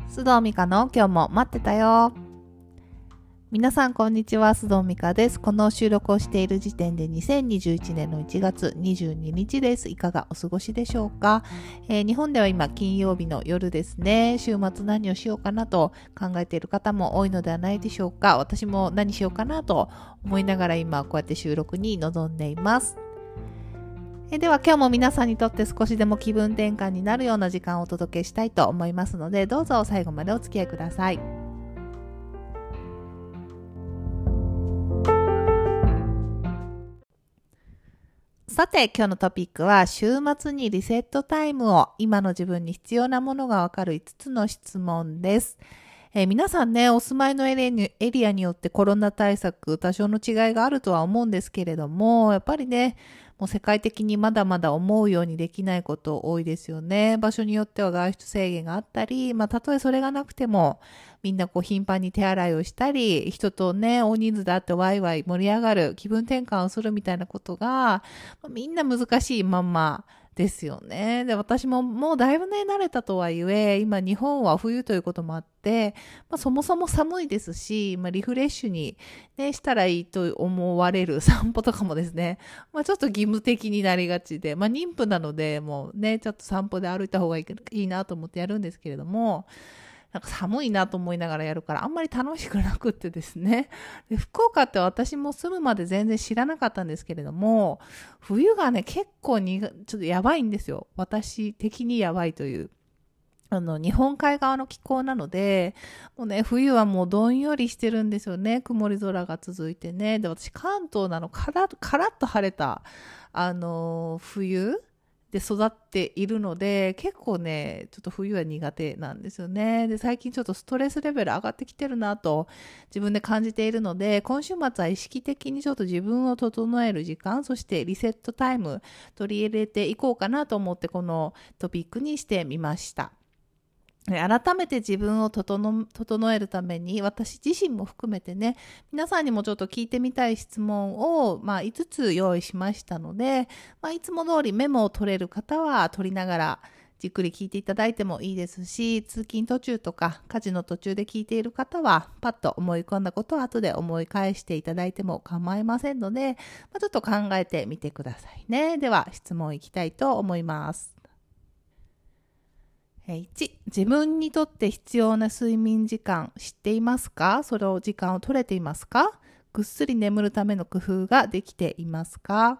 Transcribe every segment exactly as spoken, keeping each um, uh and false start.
須藤美香の今日も待ってたよ。皆さんこんにちは、須藤美香です。この収録をしている時点でにせんにじゅういちねんのいちがつにじゅうににちです。いかがお過ごしでしょうか。えー、日本では今金曜日の夜ですね。週末何をしようかなと考えている方も多いのではないでしょうか。私も何しようかなと思いながら今こうやって収録に臨んでいます。えでは今日も皆さんにとって少しでも気分転換になるような時間をお届けしたいと思いますので、どうぞ最後までお付き合いください。さて今日のトピックは、週末にリセットタイムを、今の自分に必要なものがわかるいつつの質問です。えー、皆さんね、お住まいのエリアに、エリアによってコロナ対策多少の違いがあるとは思うんですけれども、やっぱりね、もう世界的にまだまだ思うようにできないこと多いですよね。場所によっては外出制限があったり、まあたとえそれがなくてもみんなこう頻繁に手洗いをしたり、人とね大人数で会ってワイワイ盛り上がる、気分転換をするみたいなことがみんな難しいまんまですよね。で、私ももうだいぶね慣れたとはいえ、今日本は冬ということもあって、まあ、そもそも寒いですし、まあ、リフレッシュに、ね、したらいいと思われる散歩とかもですね、まあ、ちょっと義務的になりがちで、まあ、妊婦なのでもうねちょっと散歩で歩いた方がいい、いいなと思ってやるんですけれども、なんか寒いなと思いながらやるからあんまり楽しくなくってですね。で、福岡って私も住むまで全然知らなかったんですけれども、冬がね結構にちょっとやばいんですよ。私的にやばいという。あの、日本海側の気候なので、もうね、冬はもうどんよりしてるんですよね。曇り空が続いてね。で、私関東なの、カラッ、カラッと晴れた、あのー、冬で育っているので、結構ね、ちょっと冬は苦手なんですよね。で、最近ちょっとストレスレベル上がってきてるなと自分で感じているので、今週末は意識的にちょっと自分を整える時間、そしてリセットタイム取り入れていこうかなと思ってこのトピックにしてみました。改めて自分を整、整えるために、私自身も含めてね、皆さんにもちょっと聞いてみたい質問を、まあ、いつつ用意しましたので、まあ、いつも通りメモを取れる方は取りながらじっくり聞いていただいてもいいですし、通勤途中とか家事の途中で聞いている方は、パッと思い込んだことを後で思い返していただいても構いませんので、まあ、ちょっと考えてみてくださいね。では、質問いきたいと思います。いち、自分にとって必要な睡眠時間知っていますか？その時間を取れていますか？ぐっすり眠るための工夫ができていますか？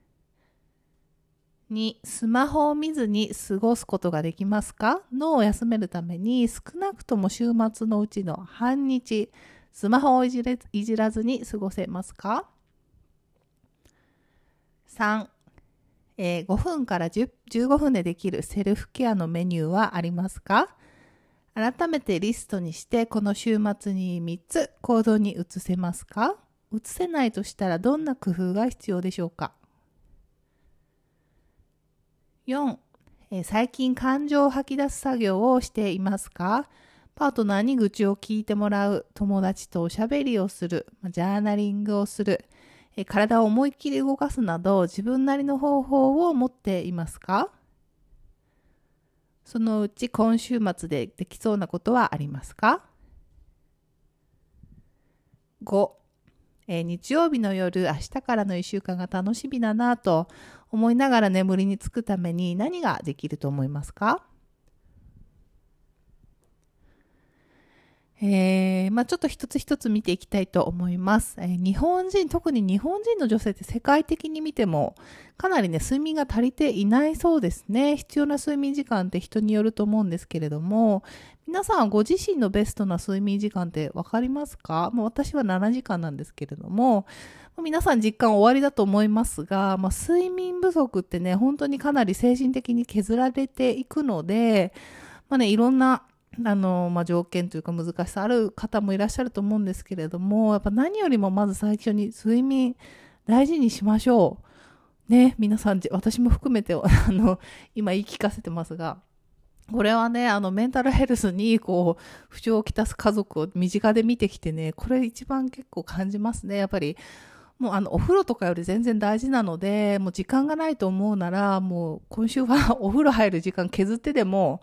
に、スマホを見ずに過ごすことができますか？脳を休めるために少なくとも週末のうちの半日、スマホをいじれ、いじらずに過ごせますか？さん、えー、ごふんからじゅう、じゅうごふんでできるセルフケアのメニューはありますか？改めてリストにしてこの週末にみっつ行動に移せますか？移せないとしたらどんな工夫が必要でしょうか？よん、えー、最近感情を吐き出す作業をしていますか？パートナーに愚痴を聞いてもらう、友達とおしゃべりをする、ジャーナリングをする、体を思いっきり動かすなど自分なりの方法を持っていますか？そのうち今週末でできそうなことはありますか？ご、えー、日曜日の夜、明日からのいっしゅうかんが楽しみだなと思いながら眠りにつくために何ができると思いますか？えー、まあちょっと一つ一つ見ていきたいと思います。えー、日本人、特に日本人の女性って世界的に見てもかなりね、睡眠が足りていないそうですね。必要な睡眠時間って人によると思うんですけれども、皆さんはご自身のベストな睡眠時間ってわかりますか？もう私はななじかんなんですけれども、皆さん実感終わりだと思いますが、まあ、睡眠不足ってね、本当にかなり精神的に削られていくので、まあね、いろんなあの、まあ、条件というか難しさある方もいらっしゃると思うんですけれども、やっぱ何よりもまず最初に睡眠大事にしましょう。ね、皆さん、私も含めて、あの、今言い聞かせてますが、これはね、あの、メンタルヘルスに、こう、不調をきたす家族を身近で見てきてね、これ一番結構感じますね。やっぱり、もうあの、お風呂とかより全然大事なので、もう時間がないと思うなら、もう今週はお風呂入る時間削ってでも、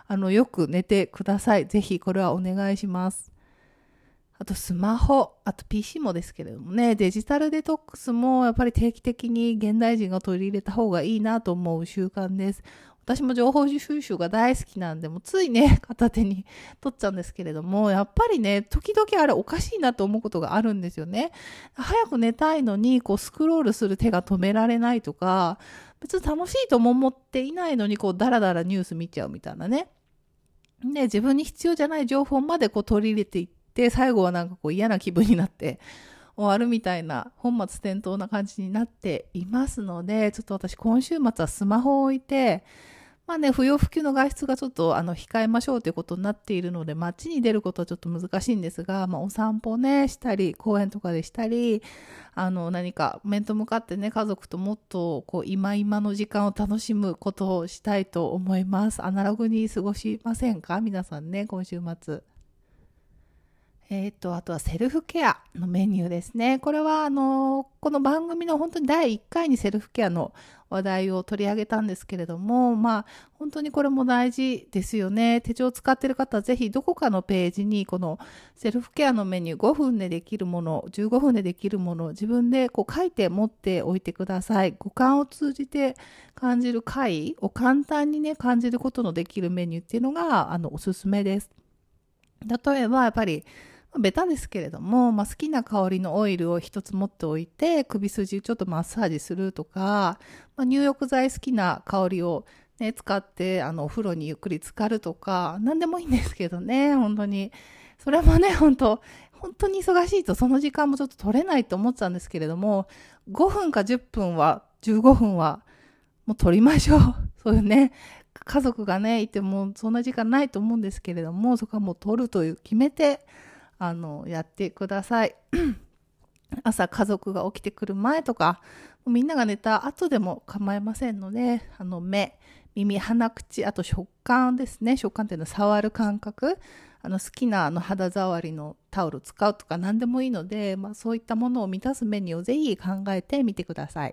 あの、よく寝てください。ぜひこれはお願いします。あとスマホ、あと ピーシー もですけれどもね、デジタルデトックスもやっぱり定期的に現代人が取り入れた方がいいなと思う習慣です。私も情報収集が大好きなんで、もうついね、片手に取っちゃうんですけれども、やっぱりね、時々あれおかしいなと思うことがあるんですよね。早く寝たいのに、こうスクロールする手が止められないとか、別に楽しいとも思っていないのに、こうダラダラニュース見ちゃうみたいなね。ね、自分に必要じゃない情報までこう取り入れていって、最後はなんかこう嫌な気分になって終わるみたいな本末転倒な感じになっていますので、ちょっと私今週末はスマホを置いて、まあね、不要不急の外出がちょっとあの控えましょうということになっているので、街に出ることはちょっと難しいんですが、まあお散歩ね、したり、公園とかでしたり、あの何か面と向かってね、家族ともっとこう今今の時間を楽しむことをしたいと思います。アナログに過ごしませんか？皆さんね、今週末。えっと、あとはセルフケアのメニューですね。これは、あの、この番組の本当にだいいっかいにセルフケアの話題を取り上げたんですけれども、まあ、本当にこれも大事ですよね。手帳を使っている方はぜひどこかのページにこのセルフケアのメニューごふんでできるもの、じゅうごふんでできるものを自分でこう書いて持っておいてください。五感を通じて感じる快を簡単にね、感じることのできるメニューっていうのが、あの、おすすめです。例えば、やっぱり、ベタですけれども、まあ、好きな香りのオイルを一つ持っておいて、首筋ちょっとマッサージするとか、まあ、入浴剤好きな香りを、ね、使って、あの、お風呂にゆっくり浸かるとか、何でもいいんですけどね、本当に。それもね、本当、本当に忙しいとその時間もちょっと取れないと思ってたんですけれども、ごふんかじゅっぷんは、じゅうごふんは、もう取りましょう。そういうね、家族がね、いてもそんな時間ないと思うんですけれども、そこはもう取るという決めて、あの、やってください。朝家族が起きてくる前とか、みんなが寝た後でも構いませんので、あの、目、耳、鼻、口、あと食感ですね。食感っていうのは触る感覚。あの、好きなあの肌触りのタオル使うとか何でもいいので、まあそういったものを満たすメニューをぜひ考えてみてください。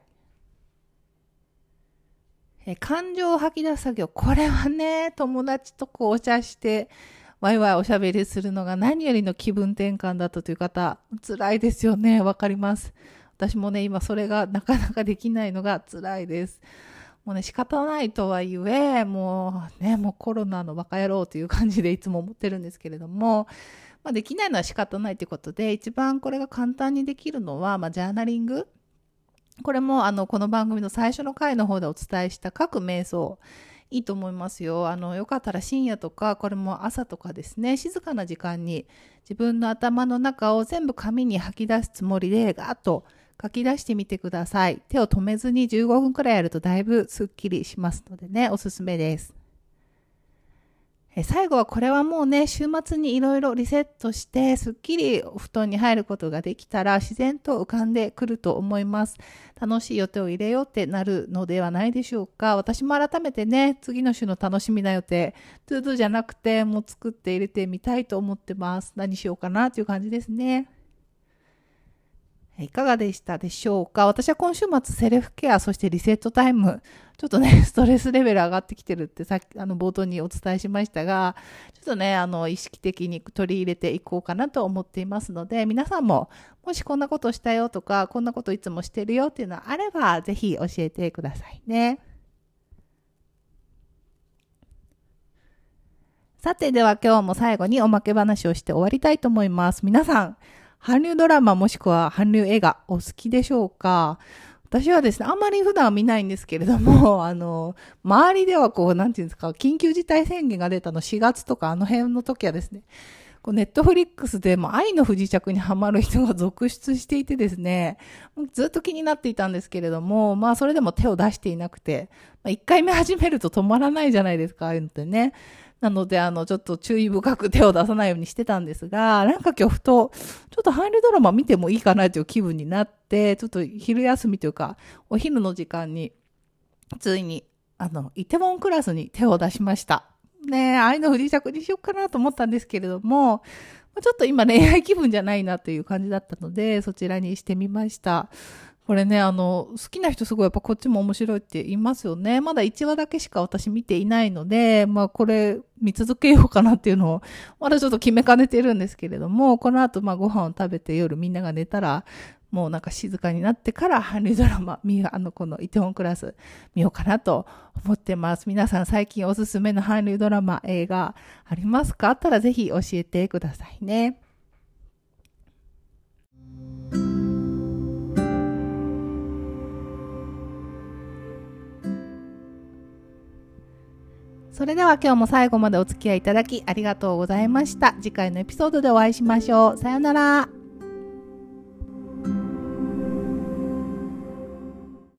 え、感情を吐き出す作業。これはね、友達とこうお茶して、ワイワイおしゃべりするのが何よりの気分転換だったという方、辛いですよね。わかります。私もね、今それがなかなかできないのが辛いです。もうね、仕方ないとはいえ、もうね、もうコロナのバカ野郎という感じでいつも思ってるんですけれども、まあ、できないのは仕方ないということで、一番これが簡単にできるのは、まあ、ジャーナリング。これも、あの、この番組の最初の回の方でお伝えした各瞑想。いいと思いますよ。あの、よかったら深夜とか、これも朝とかですね、静かな時間に自分の頭の中を全部紙に吐き出すつもりで、ガーッと書き出してみてください。手を止めずにじゅうごふんくらいやるとだいぶスッキリしますのでね、おすすめです。え最後はこれはもうね、週末にいろいろリセットして、すっきりお布団に入ることができたら、自然と浮かんでくると思います。楽しい予定を入れようってなるのではないでしょうか。私も改めてね、次の週の楽しみな予定、トゥードゥじゃなくて、もう作って入れてみたいと思ってます。何しようかなという感じですね。いかがでしたでしょうか。私は今週末セルフケア、そしてリセットタイム、ちょっとね、ストレスレベル上がってきてるってさっき、あの、冒頭にお伝えしましたが、ちょっとね、あの、意識的に取り入れていこうかなと思っていますので、皆さんも、もしこんなことしたよとか、こんなこといつもしてるよっていうのがあれば、ぜひ教えてくださいね。さて、では今日も最後におまけ話をして終わりたいと思います。皆さん、韓流ドラマもしくは韓流映画お好きでしょうか？私はですね、あんまり普段は見ないんですけれども、あの、周りではこう、なんていうんですか、緊急事態宣言が出たのしがつとかあの辺の時はですね、こうネットフリックスでも愛の不時着にハマる人が続出していてですね、ずっと気になっていたんですけれども、まあそれでも手を出していなくて、まあ、いっかいめ始めると止まらないじゃないですか、ああいうのってね。なので、あの、ちょっと注意深く手を出さないようにしてたんですが、なんか今日ふと、ちょっと韓流ドラマ見てもいいかなという気分になって、ちょっと昼休みというか、お昼の時間に、ついに、あの、イテウォンクラスに手を出しました。ねえ、愛の不時着にしようかなと思ったんですけれども、ちょっと今恋愛気分じゃないなという感じだったので、そちらにしてみました。 これね、あの、好きな人すごいやっぱこっちも面白いって言いますよね。まだいちわだけしか私見ていないので、まあこれ見続けようかなっていうのを、まだちょっと決めかねてるんですけれども、この後まあご飯を食べて夜みんなが寝たら、もうなんか静かになってから韓流ドラマ、あのこのイテウォンクラス見ようかなと思ってます。皆さん最近おすすめの韓流ドラマ、映画ありますか？あったらぜひ教えてくださいね。それでは今日も最後までお付き合いいただきありがとうございました。次回のエピソードでお会いしましょう。さよなら。